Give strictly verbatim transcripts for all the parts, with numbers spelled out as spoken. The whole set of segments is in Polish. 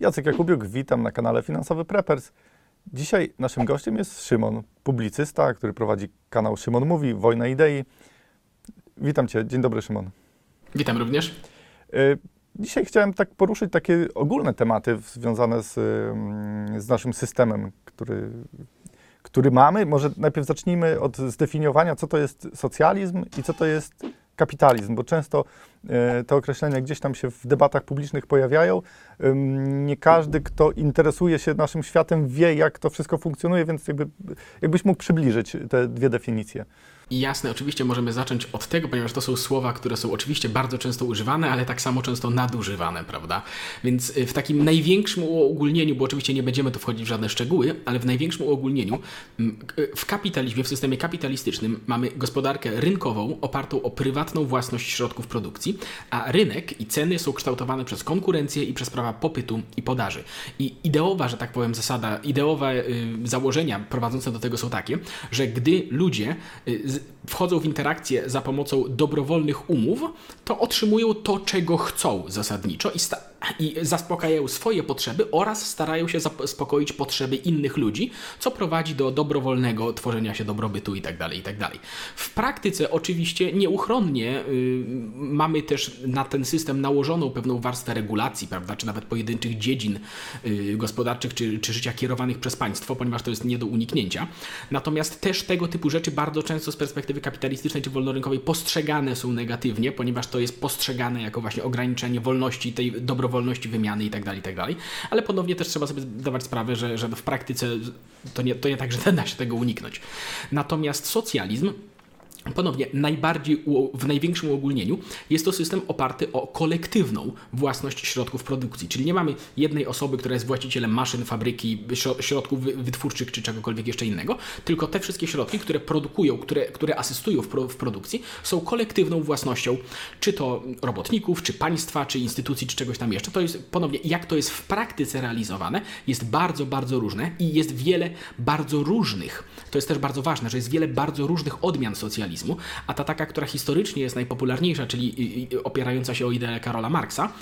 Jacek Jakubiuk, witam na kanale Finansowy Preppers. Dzisiaj naszym gościem jest Szymon, publicysta, który prowadzi kanał Szymon Mówi, Wojna Idei. Witam Cię. Dzień dobry, Szymon. Witam również. Dzisiaj chciałem tak poruszyć takie ogólne tematy związane z, z naszym systemem, który, który mamy. Może najpierw zacznijmy od zdefiniowania, co to jest socjalizm i co to jest kapitalizm, bo często te określenia gdzieś tam się w debatach publicznych pojawiają. Nie każdy, kto interesuje się naszym światem, wie, jak to wszystko funkcjonuje, więc jakby, jakbyś mógł przybliżyć te dwie definicje. Jasne, oczywiście możemy zacząć od tego, ponieważ to są słowa, które są oczywiście bardzo często używane, ale tak samo często nadużywane, prawda? Więc w takim największym uogólnieniu, bo oczywiście nie będziemy tu wchodzić w żadne szczegóły, ale w największym uogólnieniu w kapitalizmie, w systemie kapitalistycznym mamy gospodarkę rynkową opartą o prywatną własność środków produkcji, a rynek i ceny są kształtowane przez konkurencję i przez prawa popytu i podaży. I ideowa, że tak powiem, zasada, ideowe y, założenia prowadzące do tego są takie, że gdy ludzie y, z, wchodzą w interakcję za pomocą dobrowolnych umów, to otrzymują to, czego chcą zasadniczo i, sta- i zaspokajają swoje potrzeby oraz starają się zaspokoić potrzeby innych ludzi, co prowadzi do dobrowolnego tworzenia się dobrobytu itd., itd. W praktyce oczywiście nieuchronnie y, mamy też na ten system nałożoną pewną warstwę regulacji, prawda, czy nawet pojedynczych dziedzin y, gospodarczych, czy, czy życia kierowanych przez państwo, ponieważ to jest nie do uniknięcia. Natomiast też tego typu rzeczy bardzo często z perspektywy kapitalistycznej czy wolnorynkowej postrzegane są negatywnie, ponieważ to jest postrzegane jako właśnie ograniczenie wolności, tej dobrowolności wymiany itd., itd. Ale ponownie też trzeba sobie zdawać sprawę, że, że w praktyce to nie, to nie tak, że da się tego uniknąć. Natomiast socjalizm, ponownie, najbardziej w największym uogólnieniu jest to system oparty o kolektywną własność środków produkcji. Czyli nie mamy jednej osoby, która jest właścicielem maszyn, fabryki, środków wytwórczych czy czegokolwiek jeszcze innego, tylko te wszystkie środki, które produkują, które, które asystują w, pro, w produkcji, są kolektywną własnością, czy to robotników, czy państwa, czy instytucji, czy czegoś tam jeszcze. To jest ponownie, jak to jest w praktyce realizowane, jest bardzo, bardzo różne i jest wiele bardzo różnych. To jest też bardzo ważne, że jest wiele bardzo różnych odmian socjalizmu. A ta taka, która historycznie jest najpopularniejsza, czyli opierająca się o ideę Karola Marksa,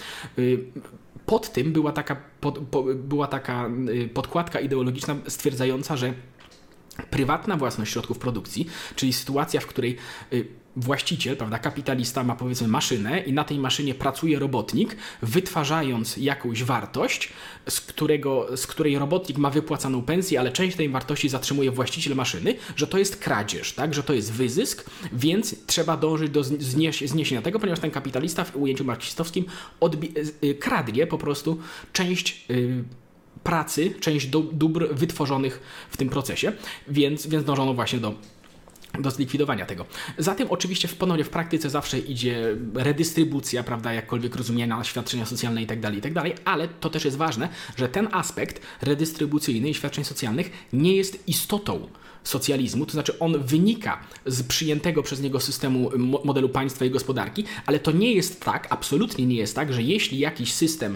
pod tym była taka, pod, po, była taka podkładka ideologiczna stwierdzająca, że prywatna własność środków produkcji, czyli sytuacja, w której właściciel, prawda, kapitalista ma powiedzmy maszynę i na tej maszynie pracuje robotnik, wytwarzając jakąś wartość, z, którego, z której robotnik ma wypłacaną pensję, ale część tej wartości zatrzymuje właściciel maszyny, że to jest kradzież, tak, że to jest wyzysk, więc trzeba dążyć do znieś- zniesienia tego, ponieważ ten kapitalista w ujęciu marksistowskim odbi- kradnie po prostu część yy, pracy, część do, dóbr wytworzonych w tym procesie, więc, więc dążono właśnie do do zlikwidowania tego. Zatem oczywiście w, ponownie w praktyce zawsze idzie redystrybucja, prawda, jakkolwiek rozumiana, świadczenia socjalne itd., itd., ale to też jest ważne, że ten aspekt redystrybucyjny i świadczeń socjalnych nie jest istotą socjalizmu, to znaczy on wynika z przyjętego przez niego systemu modelu państwa i gospodarki, ale to nie jest tak, absolutnie nie jest tak, że jeśli jakiś system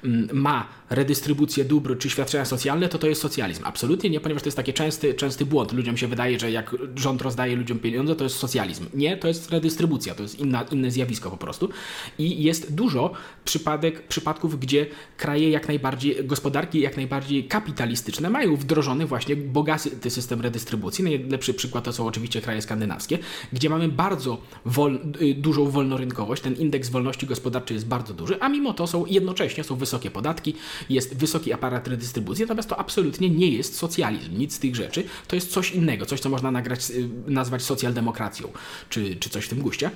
ma redystrybucję dóbr czy świadczenia socjalne, to to jest socjalizm. Absolutnie nie, ponieważ to jest taki częsty, częsty błąd. Ludziom się wydaje, że jak rząd rozdaje ludziom pieniądze, to jest socjalizm. Nie, to jest redystrybucja, to jest inna, inne zjawisko po prostu. I jest dużo przypadek, przypadków, gdzie kraje jak najbardziej, gospodarki jak najbardziej kapitalistyczne mają wdrożony właśnie bogaty system redystrybucji. Najlepszy przykład to są oczywiście kraje skandynawskie, gdzie mamy bardzo wol, dużą wolnorynkowość, ten indeks wolności gospodarczej jest bardzo duży, a mimo to są jednocześnie są wysokie podatki, jest wysoki aparat redystrybucji, natomiast to absolutnie nie jest socjalizm, nic z tych rzeczy, to jest coś innego, coś co można nagrać, nazwać socjaldemokracją, czy, czy coś w tym guście.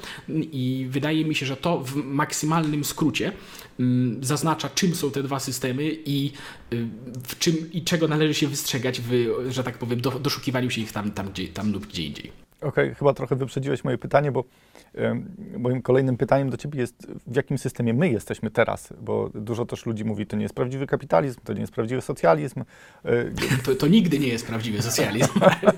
I wydaje mi się, że to w maksymalnym skrócie um, zaznacza, czym są te dwa systemy i, y, w czym, i czego należy się wystrzegać w, że tak powiem, do, doszukiwaniu się ich tam, tam, gdzie, tam lub gdzie indziej. Okej, okay, chyba trochę wyprzedziłeś moje pytanie, bo y, moim kolejnym pytaniem do Ciebie jest, w jakim systemie my jesteśmy teraz, bo dużo też ludzi mówi, to nie jest prawdziwy kapitalizm, to nie jest prawdziwy socjalizm. Y, to, to nigdy nie jest prawdziwy socjalizm.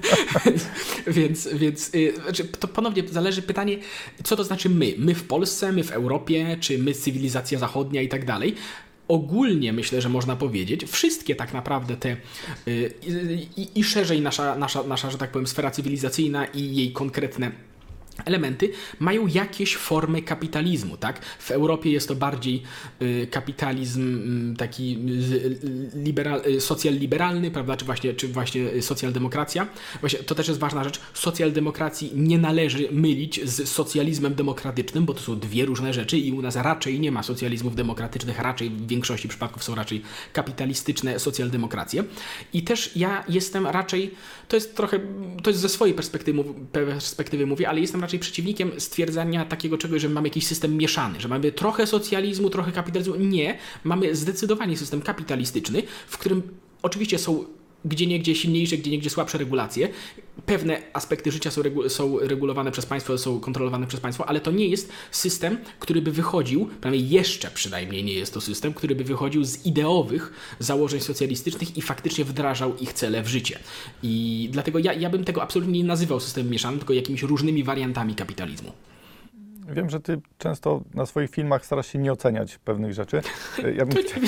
więc więc y, to ponownie zależy pytanie, co to znaczy my? My w Polsce, my w Europie, czy my cywilizacja zachodnia i tak dalej. Ogólnie myślę, że można powiedzieć, wszystkie tak naprawdę te yy, i, i szerzej nasza, nasza, nasza, że tak powiem, sfera cywilizacyjna i jej konkretne elementy mają jakieś formy kapitalizmu, tak? W Europie jest to bardziej y, kapitalizm y, taki y, liberal, y, socjal-liberalny, prawda? Czy właśnie, czy właśnie socjaldemokracja. Właśnie to też jest ważna rzecz. Socjaldemokracji nie należy mylić z socjalizmem demokratycznym, bo to są dwie różne rzeczy i u nas raczej nie ma socjalizmów demokratycznych, raczej w większości przypadków są raczej kapitalistyczne socjaldemokracje. I też ja jestem raczej, to jest trochę, to jest ze swojej perspektywy, perspektywy mówię, ale jestem raczej przeciwnikiem stwierdzania takiego czegoś, że mamy jakiś system mieszany, że mamy trochę socjalizmu, trochę kapitalizmu. Nie, mamy zdecydowanie system kapitalistyczny, w którym oczywiście są gdzieniegdzie silniejsze, gdzieniegdzie słabsze regulacje. Pewne aspekty życia są, regu- są regulowane przez państwo, są kontrolowane przez państwo, ale to nie jest system, który by wychodził, przynajmniej jeszcze przynajmniej nie jest to system, który by wychodził z ideowych założeń socjalistycznych i faktycznie wdrażał ich cele w życie. I dlatego ja, ja bym tego absolutnie nie nazywał systemem mieszanym, tylko jakimiś różnymi wariantami kapitalizmu. Wiem, że ty często na swoich filmach starasz się nie oceniać pewnych rzeczy. Ja bym chcia...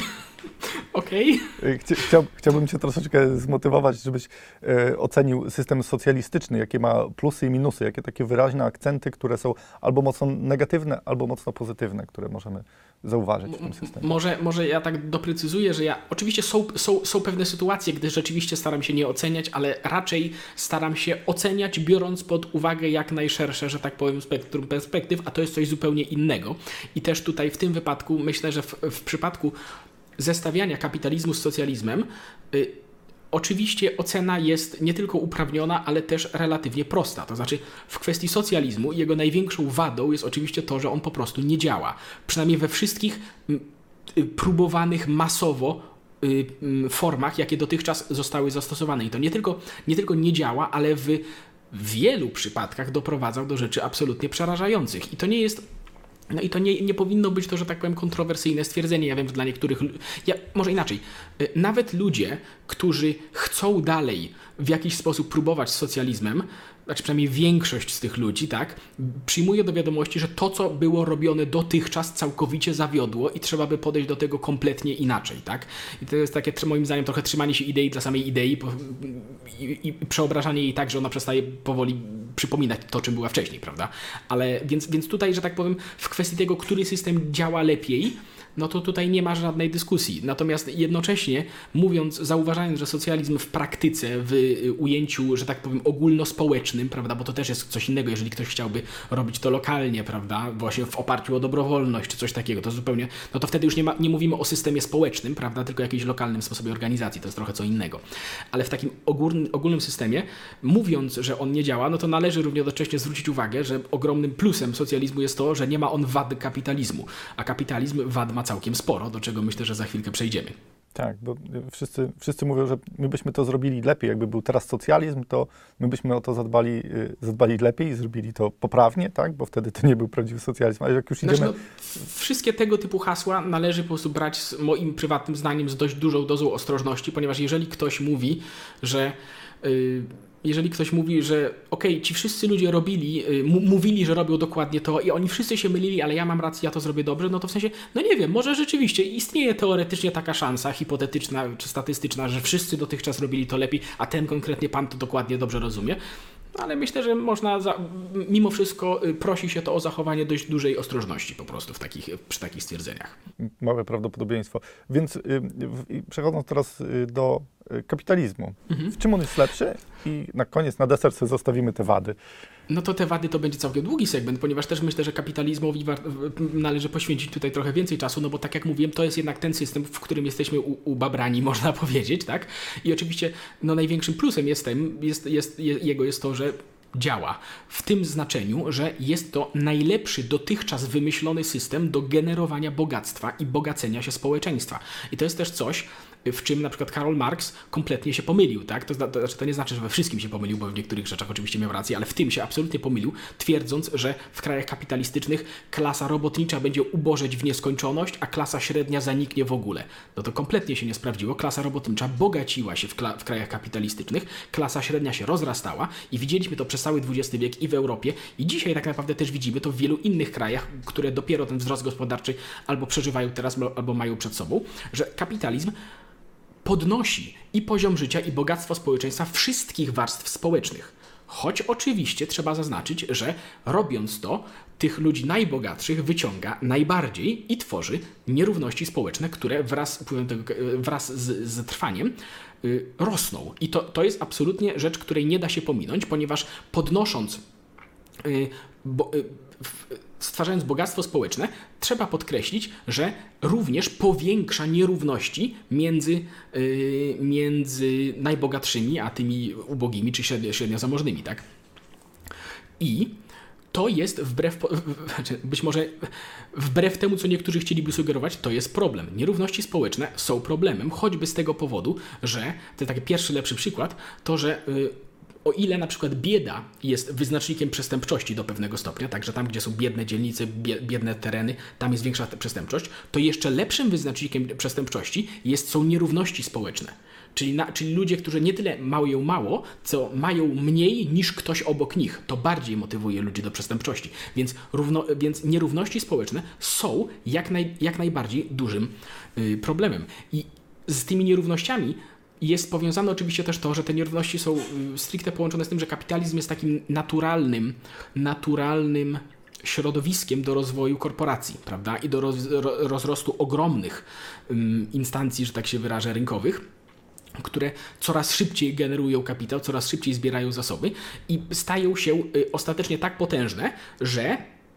Okej. Chcia, chciał, chciałbym cię troszeczkę zmotywować, żebyś e, ocenił system socjalistyczny, jakie ma plusy i minusy, jakie takie wyraźne akcenty, które są albo mocno negatywne, albo mocno pozytywne, które możemy zauważyć w tym systemie. Może, może ja tak doprecyzuję, że ja oczywiście są, są, są pewne sytuacje, gdy rzeczywiście staram się nie oceniać, ale raczej staram się oceniać, biorąc pod uwagę jak najszersze, że tak powiem, spektrum perspektyw, a to jest coś zupełnie innego. I też tutaj w tym wypadku myślę, że w, w przypadku zestawiania kapitalizmu z socjalizmem y, oczywiście ocena jest nie tylko uprawniona, ale też relatywnie prosta. To znaczy w kwestii socjalizmu jego największą wadą jest oczywiście to, że on po prostu nie działa. Przynajmniej we wszystkich y, próbowanych masowo y, y, formach, jakie dotychczas zostały zastosowane. I to nie tylko nie, tylko nie działa, ale w wielu przypadkach doprowadzał do rzeczy absolutnie przerażających. I to nie jest No i to nie, nie powinno być to, że tak powiem, kontrowersyjne stwierdzenie. Ja wiem, że dla niektórych... Ja, może inaczej. Nawet ludzie, którzy chcą dalej w jakiś sposób próbować z socjalizmem, znaczy przynajmniej większość z tych ludzi, tak, przyjmuje do wiadomości, że to, co było robione dotychczas, całkowicie zawiodło i trzeba by podejść do tego kompletnie inaczej, tak. I to jest takie, moim zdaniem, trochę trzymanie się idei dla samej idei i, i przeobrażanie jej tak, że ona przestaje powoli przypominać to, czym była wcześniej, prawda. Ale więc, więc tutaj, że tak powiem, w kwestii tego, który system działa lepiej, no to tutaj nie ma żadnej dyskusji. Natomiast jednocześnie mówiąc, zauważając, że socjalizm w praktyce, w ujęciu, że tak powiem, ogólnospołecznym, prawda, bo to też jest coś innego, jeżeli ktoś chciałby robić to lokalnie, prawda, właśnie w oparciu o dobrowolność czy coś takiego, to zupełnie, no to wtedy już nie, ma, nie mówimy o systemie społecznym, prawda, tylko jakimś lokalnym sposobie organizacji, to jest trochę co innego. Ale w takim ogólnym, ogólnym systemie, mówiąc, że on nie działa, no to należy równocześnie zwrócić uwagę, że ogromnym plusem socjalizmu jest to, że nie ma on wad kapitalizmu, a kapitalizm wad ma całkiem sporo, do czego myślę, że za chwilkę przejdziemy. Tak, bo wszyscy, wszyscy mówią, że my byśmy to zrobili lepiej. Jakby był teraz socjalizm, to my byśmy o to zadbali, zadbali lepiej i zrobili to poprawnie, tak? Bo wtedy to nie był prawdziwy socjalizm. Ale jak już idziemy... Znaczy, no, wszystkie tego typu hasła należy po prostu brać, z moim prywatnym zdaniem, z dość dużą dozą ostrożności, ponieważ jeżeli ktoś mówi, że... Yy, Jeżeli ktoś mówi, że okej, okay, ci wszyscy ludzie robili, m- mówili, że robią dokładnie to i oni wszyscy się mylili, ale ja mam rację, ja to zrobię dobrze, no to w sensie, no nie wiem, może rzeczywiście istnieje teoretycznie taka szansa hipotetyczna czy statystyczna, że wszyscy dotychczas robili to lepiej, a ten konkretnie pan to dokładnie dobrze rozumie. Ale myślę, że można, za, mimo wszystko prosi się to o zachowanie dość dużej ostrożności po prostu w takich, przy takich stwierdzeniach. Małe prawdopodobieństwo. Więc y, y, przechodząc teraz y, do y, kapitalizmu. Mhm. W czym on jest lepszy? I na koniec, na deser sobie zostawimy te wady. No to te wady to będzie całkiem długi segment, ponieważ też myślę, że kapitalizmowi należy poświęcić tutaj trochę więcej czasu, no bo tak jak mówiłem, to jest jednak ten system, w którym jesteśmy u, ubabrani, można powiedzieć, tak? I oczywiście no, największym plusem jest, tym, jest, jest, jest, jego jest to, że działa w tym znaczeniu, że jest to najlepszy dotychczas wymyślony system do generowania bogactwa i bogacenia się społeczeństwa. I to jest też coś, w czym na przykład Karl Marx kompletnie się pomylił, tak? To, to, to nie znaczy, że we wszystkim się pomylił, bo w niektórych rzeczach oczywiście miał rację, ale w tym się absolutnie pomylił, twierdząc, że w krajach kapitalistycznych klasa robotnicza będzie ubożeć w nieskończoność, a klasa średnia zaniknie w ogóle. No to kompletnie się nie sprawdziło. Klasa robotnicza bogaciła się w, kla- w krajach kapitalistycznych, klasa średnia się rozrastała i widzieliśmy to przez cały dwudziesty wiek i w Europie i dzisiaj tak naprawdę też widzimy to w wielu innych krajach, które dopiero ten wzrost gospodarczy albo przeżywają teraz, albo mają przed sobą, że kapitalizm podnosi i poziom życia, i bogactwo społeczeństwa wszystkich warstw społecznych. Choć oczywiście trzeba zaznaczyć, że robiąc to, tych ludzi najbogatszych wyciąga najbardziej i tworzy nierówności społeczne, które wraz, z upływem tego, wraz z, z trwaniem y, rosną. I to, to jest absolutnie rzecz, której nie da się pominąć, ponieważ podnosząc, y, bo, y, w, stwarzając bogactwo społeczne, trzeba podkreślić, że również powiększa nierówności między, y, między najbogatszymi, a tymi ubogimi czy średnio, średnio zamożnymi, tak? I to jest wbrew, być może wbrew temu, co niektórzy chcieliby sugerować, to jest problem. Nierówności społeczne są problemem, choćby z tego powodu, że, to jest taki pierwszy, lepszy przykład, to, że y, o ile na przykład bieda jest wyznacznikiem przestępczości do pewnego stopnia, także tam, gdzie są biedne dzielnice, biedne tereny, tam jest większa przestępczość, to jeszcze lepszym wyznacznikiem przestępczości jest, są nierówności społeczne. Czyli, na, czyli ludzie, którzy nie tyle mają mało, co mają mniej niż ktoś obok nich. To bardziej motywuje ludzi do przestępczości. Więc, równo, więc nierówności społeczne są jak, naj, jak najbardziej dużym y, problemem. I z tymi nierównościami jest powiązane oczywiście też to, że te nierówności są y, stricte połączone z tym, że kapitalizm jest takim naturalnym, naturalnym środowiskiem do rozwoju korporacji, prawda? I do roz, ro, rozrostu ogromnych y, instancji, że tak się wyrażę, rynkowych, które coraz szybciej generują kapitał, coraz szybciej zbierają zasoby i stają się y, ostatecznie tak potężne, że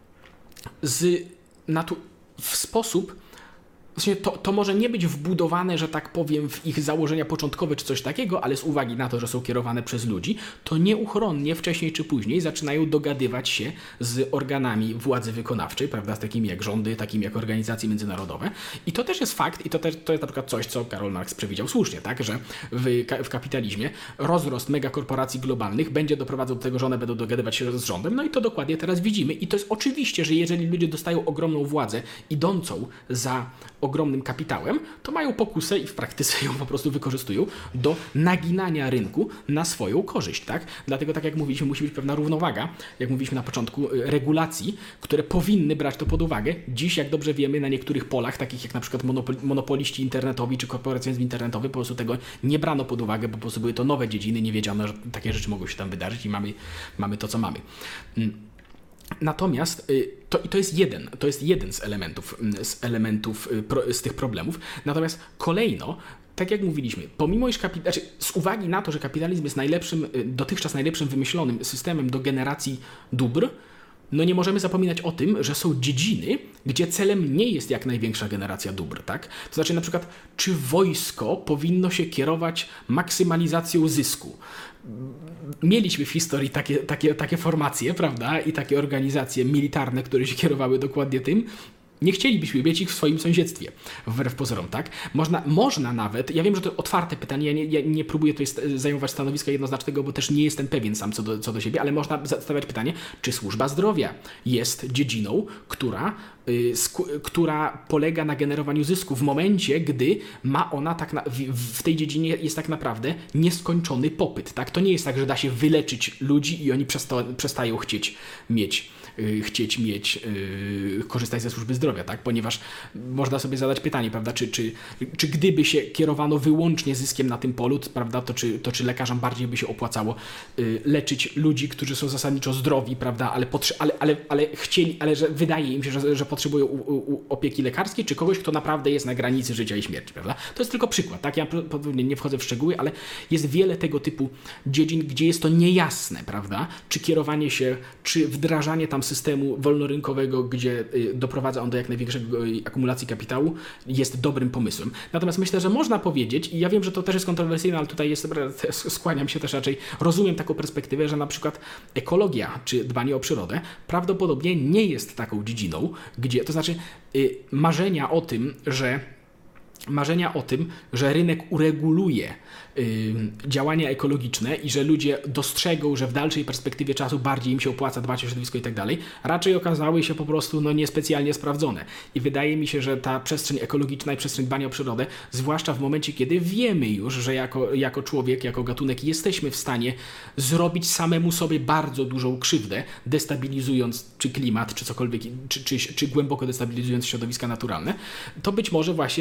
z natu- w sposób Właśnie to, to może nie być wbudowane, że tak powiem, w ich założenia początkowe czy coś takiego, ale z uwagi na to, że są kierowane przez ludzi, to nieuchronnie wcześniej czy później zaczynają dogadywać się z organami władzy wykonawczej, prawda, z takimi jak rządy, takimi jak organizacje międzynarodowe. I to też jest fakt, i to, też, to jest na przykład coś, co Karol Marx przewidział słusznie, tak, że w, w kapitalizmie rozrost megakorporacji globalnych będzie doprowadzał do tego, że one będą dogadywać się z rządem, no i to dokładnie teraz widzimy. I to jest oczywiście, że jeżeli ludzie dostają ogromną władzę idącą za ogromnym kapitałem, to mają pokusę i w praktyce ją po prostu wykorzystują do naginania rynku na swoją korzyść, tak? Dlatego, tak jak mówiliśmy, musi być pewna równowaga, jak mówiliśmy na początku, regulacji, które powinny brać to pod uwagę. Dziś, jak dobrze wiemy, na niektórych polach, takich jak na przykład monopol- monopoliści internetowi czy korporacjonizm internetowy, po prostu tego nie brano pod uwagę, bo po prostu były to nowe dziedziny, nie wiedziano, że takie rzeczy mogą się tam wydarzyć i mamy, mamy to, co mamy. Natomiast to, to jest jeden, to jest jeden z elementów, z elementów z tych problemów. Natomiast kolejno, tak jak mówiliśmy, pomimo iż kapi- znaczy, z uwagi na to, że kapitalizm jest najlepszym, dotychczas najlepszym wymyślonym systemem do generacji dóbr, no nie możemy zapominać o tym, że są dziedziny, gdzie celem nie jest jak największa generacja dóbr, tak? To znaczy na przykład, czy wojsko powinno się kierować maksymalizacją zysku? Mieliśmy w historii takie, takie, takie formacje, prawda? I takie organizacje militarne, które się kierowały dokładnie tym. Nie chcielibyśmy mieć ich w swoim sąsiedztwie, wbrew pozorom, tak? Można, można nawet, ja wiem, że to otwarte pytanie, ja nie, ja nie próbuję tutaj zajmować stanowiska jednoznacznego, bo też nie jestem pewien sam co do, co do siebie, ale można stawiać pytanie, czy służba zdrowia jest dziedziną, która, y, sku, która polega na generowaniu zysku w momencie, gdy ma ona tak na, w, w tej dziedzinie jest tak naprawdę nieskończony popyt, tak? To nie jest tak, że da się wyleczyć ludzi i oni przesta, przestają chcieć mieć chcieć mieć, yy, korzystać ze służby zdrowia, tak? Ponieważ można sobie zadać pytanie, prawda, czy, czy, czy gdyby się kierowano wyłącznie zyskiem na tym polu, prawda, to czy, to czy lekarzom bardziej by się opłacało yy, leczyć ludzi, którzy są zasadniczo zdrowi, prawda, ale, potrze- ale, ale, ale chcieli, ale że wydaje im się, że, że potrzebują u, u, opieki lekarskiej, czy kogoś, kto naprawdę jest na granicy życia i śmierci, prawda? To jest tylko przykład, tak? Ja nie wchodzę w szczegóły, ale jest wiele tego typu dziedzin, gdzie jest to niejasne, prawda? Czy kierowanie się, czy wdrażanie tam systemu wolnorynkowego, gdzie doprowadza on do jak największej akumulacji kapitału, jest dobrym pomysłem. Natomiast myślę, że można powiedzieć, i ja wiem, że to też jest kontrowersyjne, ale tutaj jest, skłaniam się też raczej, rozumiem taką perspektywę, że na przykład ekologia, czy dbanie o przyrodę prawdopodobnie nie jest taką dziedziną, gdzie, to znaczy yy, marzenia o tym, że marzenia o tym, że rynek ureguluje y, działania ekologiczne i że ludzie dostrzegą, że w dalszej perspektywie czasu bardziej im się opłaca dbać o środowisko i tak dalej, raczej okazały się po prostu no, niespecjalnie sprawdzone. I wydaje mi się, że ta przestrzeń ekologiczna i przestrzeń dbania o przyrodę, zwłaszcza w momencie, kiedy wiemy już, że jako, jako człowiek, jako gatunek jesteśmy w stanie zrobić samemu sobie bardzo dużą krzywdę, destabilizując czy klimat, czy cokolwiek, czy, czy, czy głęboko destabilizując środowiska naturalne, to być może właśnie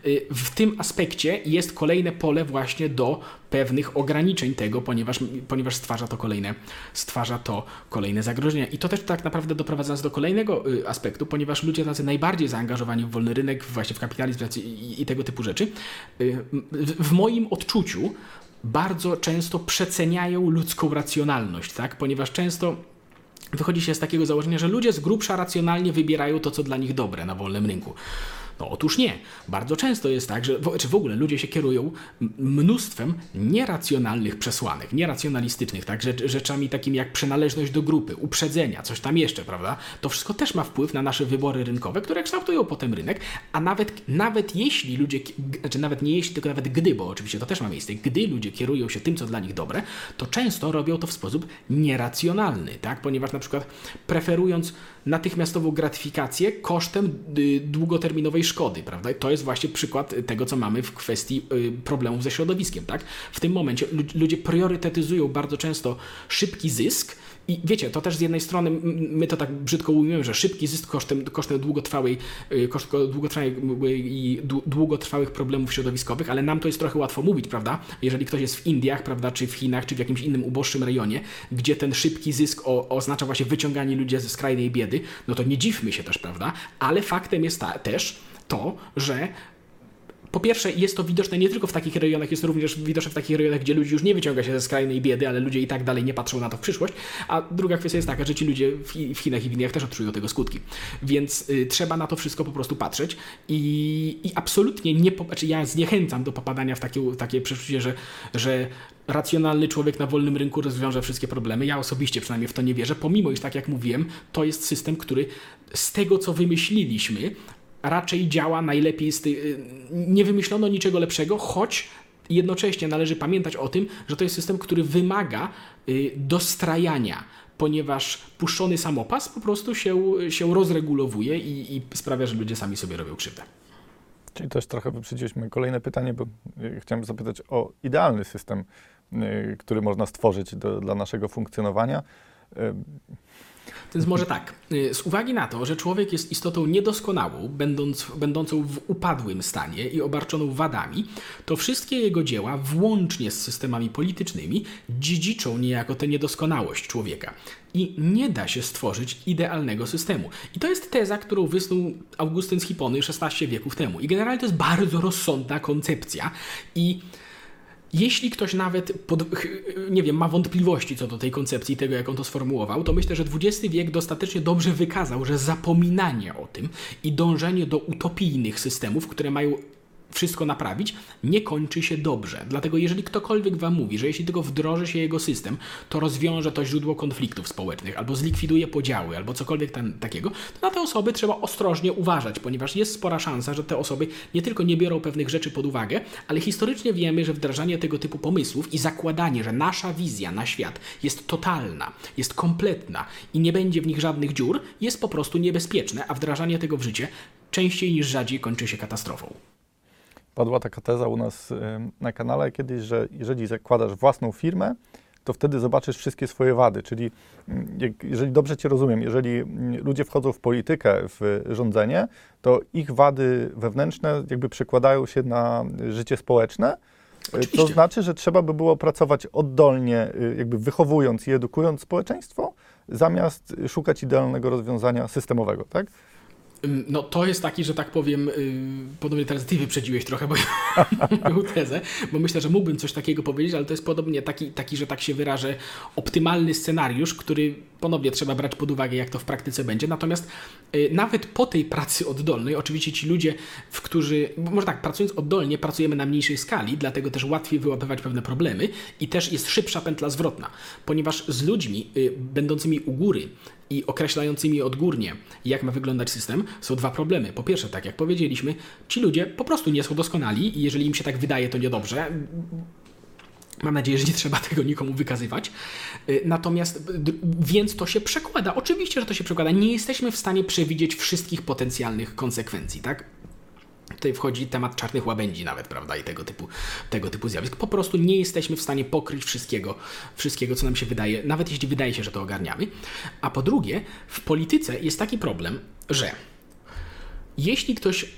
w tym aspekcie jest kolejne pole właśnie do pewnych ograniczeń tego, ponieważ, ponieważ stwarza to kolejne, stwarza to kolejne zagrożenia. I to też tak naprawdę doprowadza nas do kolejnego aspektu, ponieważ ludzie tacy najbardziej zaangażowani w wolny rynek, właśnie w kapitalizm i, i tego typu rzeczy, w, w moim odczuciu bardzo często przeceniają ludzką racjonalność, tak? Ponieważ często wychodzi się z takiego założenia, że ludzie z grubsza racjonalnie wybierają to, co dla nich dobre na wolnym rynku. No otóż nie. Bardzo często jest tak, że w, czy w ogóle ludzie się kierują mnóstwem nieracjonalnych przesłanek, nieracjonalistycznych, tak, rzecz, rzeczami takimi jak przynależność do grupy, uprzedzenia, coś tam jeszcze, prawda? To wszystko też ma wpływ na nasze wybory rynkowe, które kształtują potem rynek, a nawet, nawet jeśli ludzie, znaczy nawet nie jeśli, tylko nawet gdy, bo oczywiście to też ma miejsce, gdy ludzie kierują się tym, co dla nich dobre, to często robią to w sposób nieracjonalny, tak? Ponieważ na przykład preferując natychmiastową gratyfikację kosztem y, długoterminowej szkody, prawda? I to jest właśnie przykład tego, co mamy w kwestii y, problemów ze środowiskiem, tak? W tym momencie ludzie priorytetyzują bardzo często szybki zysk i wiecie, to też z jednej strony my to tak brzydko ujmujemy, że szybki zysk kosztem, kosztem długotrwałej, koszt długotrwałej i długotrwałych problemów środowiskowych, ale nam to jest trochę łatwo mówić, prawda? Jeżeli ktoś jest w Indiach, prawda, czy w Chinach, czy w jakimś innym uboższym rejonie, gdzie ten szybki zysk o, oznacza właśnie wyciąganie ludzi ze skrajnej biedy, no to nie dziwmy się też, prawda? Ale faktem jest ta, też to, że po pierwsze, jest to widoczne nie tylko w takich rejonach, jest to również widoczne w takich rejonach, gdzie ludzi już nie wyciąga się ze skrajnej biedy, ale ludzie i tak dalej nie patrzą na to w przyszłość. A druga kwestia jest taka, że ci ludzie w Chinach i w Indiach też odczują tego skutki. Więc y, trzeba na to wszystko po prostu patrzeć i, i absolutnie nie, znaczy ja zniechęcam do popadania w takie, takie przeczucie, że, że racjonalny człowiek na wolnym rynku rozwiąże wszystkie problemy. Ja osobiście przynajmniej w to nie wierzę, pomimo iż, tak jak mówiłem, to jest system, który z tego, co wymyśliliśmy, raczej działa najlepiej, z ty... nie wymyślono niczego lepszego, choć jednocześnie należy pamiętać o tym, że to jest system, który wymaga y, dostrajania, ponieważ puszczony samopas po prostu się, się rozregulowuje i, i sprawia, że ludzie sami sobie robią krzywdę. Czyli też trochę wyprzedziłeś moje kolejne pytanie, bo y, chciałem zapytać o idealny system, y, który można stworzyć do, dla naszego funkcjonowania. Y, Więc może tak, z uwagi na to, że człowiek jest istotą niedoskonałą, będąc, będącą w upadłym stanie i obarczoną wadami, to wszystkie jego dzieła, włącznie z systemami politycznymi, dziedziczą niejako tę niedoskonałość człowieka. I nie da się stworzyć idealnego systemu. I to jest teza, którą wysnuł Augustyn z Hipony szesnaście wieków temu. I generalnie to jest bardzo rozsądna koncepcja i jeśli ktoś nawet, pod, nie wiem, ma wątpliwości co do tej koncepcji, tego jak on to sformułował, to myślę, że dwudziesty wiek dostatecznie dobrze wykazał, że zapominanie o tym i dążenie do utopijnych systemów, które mają wszystko naprawić, nie kończy się dobrze. Dlatego jeżeli ktokolwiek wam mówi, że jeśli tylko wdroży się jego system, to rozwiąże to źródło konfliktów społecznych, albo zlikwiduje podziały, albo cokolwiek tam, takiego, to na te osoby trzeba ostrożnie uważać, ponieważ jest spora szansa, że te osoby nie tylko nie biorą pewnych rzeczy pod uwagę, ale historycznie wiemy, że wdrażanie tego typu pomysłów i zakładanie, że nasza wizja na świat jest totalna, jest kompletna i nie będzie w nich żadnych dziur, jest po prostu niebezpieczne, a wdrażanie tego w życie częściej niż rzadziej kończy się katastrofą. Padła taka teza u nas y, na kanale kiedyś, że jeżeli zakładasz własną firmę, to wtedy zobaczysz wszystkie swoje wady. Czyli jak, jeżeli dobrze Cię rozumiem, jeżeli ludzie wchodzą w politykę, w rządzenie, to ich wady wewnętrzne jakby przekładają się na życie społeczne. Oczywiście. To znaczy, że trzeba by było pracować oddolnie, jakby wychowując i edukując społeczeństwo, zamiast szukać idealnego rozwiązania systemowego, tak? No to jest taki, że tak powiem, yy, podobnie teraz ty wyprzedziłeś trochę moją, moją tezę, bo myślę, że mógłbym coś takiego powiedzieć, ale to jest podobnie taki, taki, że tak się wyrażę, optymalny scenariusz, który ponownie trzeba brać pod uwagę, jak to w praktyce będzie. Natomiast yy, nawet po tej pracy oddolnej, oczywiście ci ludzie, w którzy, może tak, pracując oddolnie, pracujemy na mniejszej skali, dlatego też łatwiej wyłapywać pewne problemy i też jest szybsza pętla zwrotna, ponieważ z ludźmi yy, będącymi u góry i określającymi odgórnie, jak ma wyglądać system, są dwa problemy. Po pierwsze, tak jak powiedzieliśmy, ci ludzie po prostu nie są doskonali i jeżeli im się tak wydaje, to niedobrze. Mam nadzieję, że nie trzeba tego nikomu wykazywać. Natomiast, więc to się przekłada. Oczywiście, że to się przekłada. Nie jesteśmy w stanie przewidzieć wszystkich potencjalnych konsekwencji, tak? Tutaj wchodzi temat czarnych łabędzi nawet, prawda, i tego typu, tego typu zjawisk. Po prostu nie jesteśmy w stanie pokryć wszystkiego, wszystkiego, co nam się wydaje, nawet jeśli wydaje się, że to ogarniamy. A po drugie, w polityce jest taki problem, że jeśli ktoś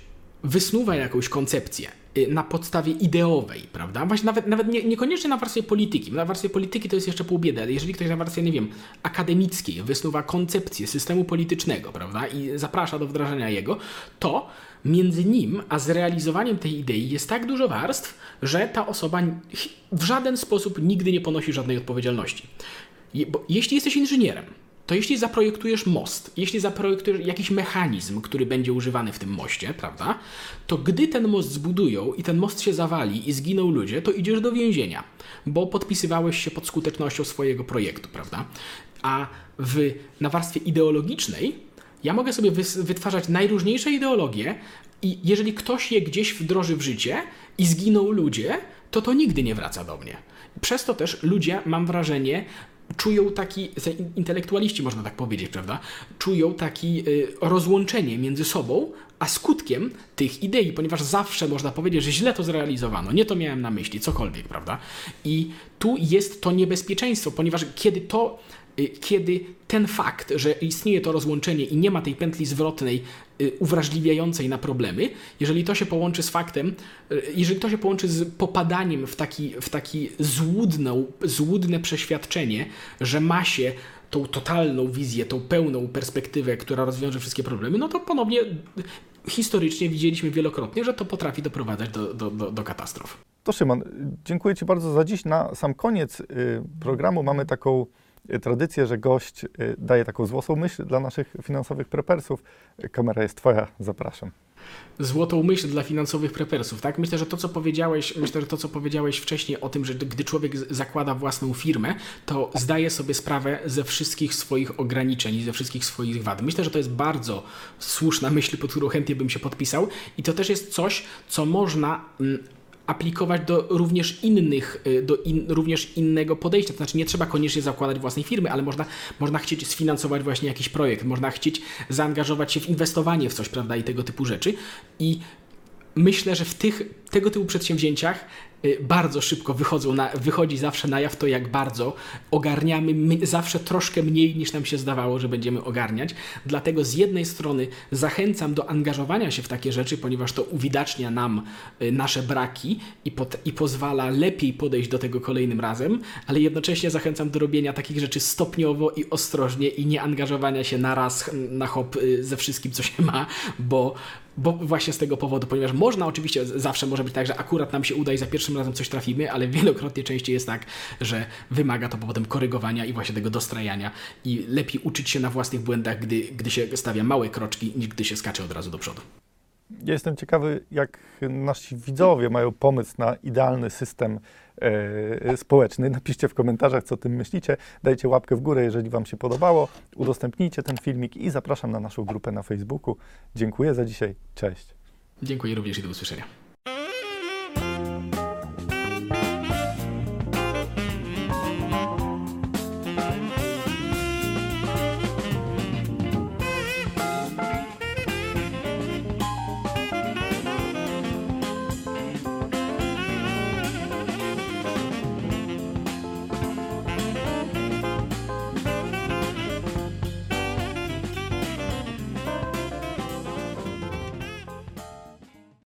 wysnuwa jakąś koncepcję na podstawie ideowej, prawda? Właśnie nawet, nawet nie, niekoniecznie na warstwie polityki. Na warstwie polityki to jest jeszcze pół biedy, ale jeżeli ktoś na warstwie, nie wiem, akademickiej wysnuwa koncepcję systemu politycznego, prawda? I zaprasza do wdrażania jego, to między nim a zrealizowaniem tej idei jest tak dużo warstw, że ta osoba w żaden sposób nigdy nie ponosi żadnej odpowiedzialności. Je, bo jeśli jesteś inżynierem, to jeśli zaprojektujesz most, jeśli zaprojektujesz jakiś mechanizm, który będzie używany w tym moście, prawda, to gdy ten most zbudują i ten most się zawali i zginą ludzie, to idziesz do więzienia, bo podpisywałeś się pod skutecznością swojego projektu, prawda? A w, na warstwie ideologicznej ja mogę sobie wys- wytwarzać najróżniejsze ideologie i jeżeli ktoś je gdzieś wdroży w życie i zginą ludzie, to to nigdy nie wraca do mnie. Przez to też ludzie, mam wrażenie, czują taki, intelektualiści można tak powiedzieć, prawda? Czują takie y, rozłączenie między sobą, a skutkiem tych idei, ponieważ zawsze można powiedzieć, że źle to zrealizowano, nie to miałem na myśli, cokolwiek, prawda? I tu jest to niebezpieczeństwo, ponieważ kiedy to, y, kiedy ten fakt, że istnieje to rozłączenie i nie ma tej pętli zwrotnej y, uwrażliwiającej na problemy, jeżeli to się połączy z faktem, y, jeżeli to się połączy z popadaniem w taki, w taki złudną, złudne przeświadczenie, że ma się tą totalną wizję, tą pełną perspektywę, która rozwiąże wszystkie problemy, no to ponownie historycznie widzieliśmy wielokrotnie, że to potrafi doprowadzać do, do, do, do katastrof. To Szymon, dziękuję Ci bardzo za dziś. Na sam koniec y, programu mamy taką y, tradycję, że gość y, daje taką złotą myśl dla naszych finansowych prepersów. Kamera jest Twoja, zapraszam. Złotą myśl dla finansowych prepersów, tak? Myślę, że to, co powiedziałeś, myślę, że to, co powiedziałeś wcześniej o tym, że gdy człowiek zakłada własną firmę, to zdaje sobie sprawę ze wszystkich swoich ograniczeń i ze wszystkich swoich wad. Myślę, że to jest bardzo słuszna myśl, pod którą chętnie bym się podpisał i to też jest coś, co można mm, aplikować do również innych, do in, również innego podejścia. To znaczy nie trzeba koniecznie zakładać własnej firmy, ale można, można chcieć sfinansować właśnie jakiś projekt, można chcieć zaangażować się w inwestowanie w coś, prawda, i tego typu rzeczy. I myślę, że w tych, tego typu przedsięwzięciach bardzo szybko wychodzą na, wychodzi zawsze na jaw to, jak bardzo ogarniamy my, zawsze troszkę mniej niż nam się zdawało, że będziemy ogarniać. Dlatego z jednej strony zachęcam do angażowania się w takie rzeczy, ponieważ to uwidacznia nam y, nasze braki i, pot, i pozwala lepiej podejść do tego kolejnym razem, ale jednocześnie zachęcam do robienia takich rzeczy stopniowo i ostrożnie i nie angażowania się na raz, na hop y, ze wszystkim, co się ma, bo Bo właśnie z tego powodu, ponieważ można oczywiście, zawsze może być tak, że akurat nam się uda i za pierwszym razem coś trafimy, ale wielokrotnie częściej jest tak, że wymaga to potem korygowania i właśnie tego dostrajania i lepiej uczyć się na własnych błędach, gdy, gdy się stawia małe kroczki, niż gdy się skacze od razu do przodu. Ja jestem ciekawy, jak nasi widzowie mają pomysł na idealny system e, społeczny. Napiszcie w komentarzach, co o tym myślicie. Dajcie łapkę w górę, jeżeli Wam się podobało. Udostępnijcie ten filmik i zapraszam na naszą grupę na Facebooku. Dziękuję za dzisiaj. Cześć. Dziękuję również i do usłyszenia.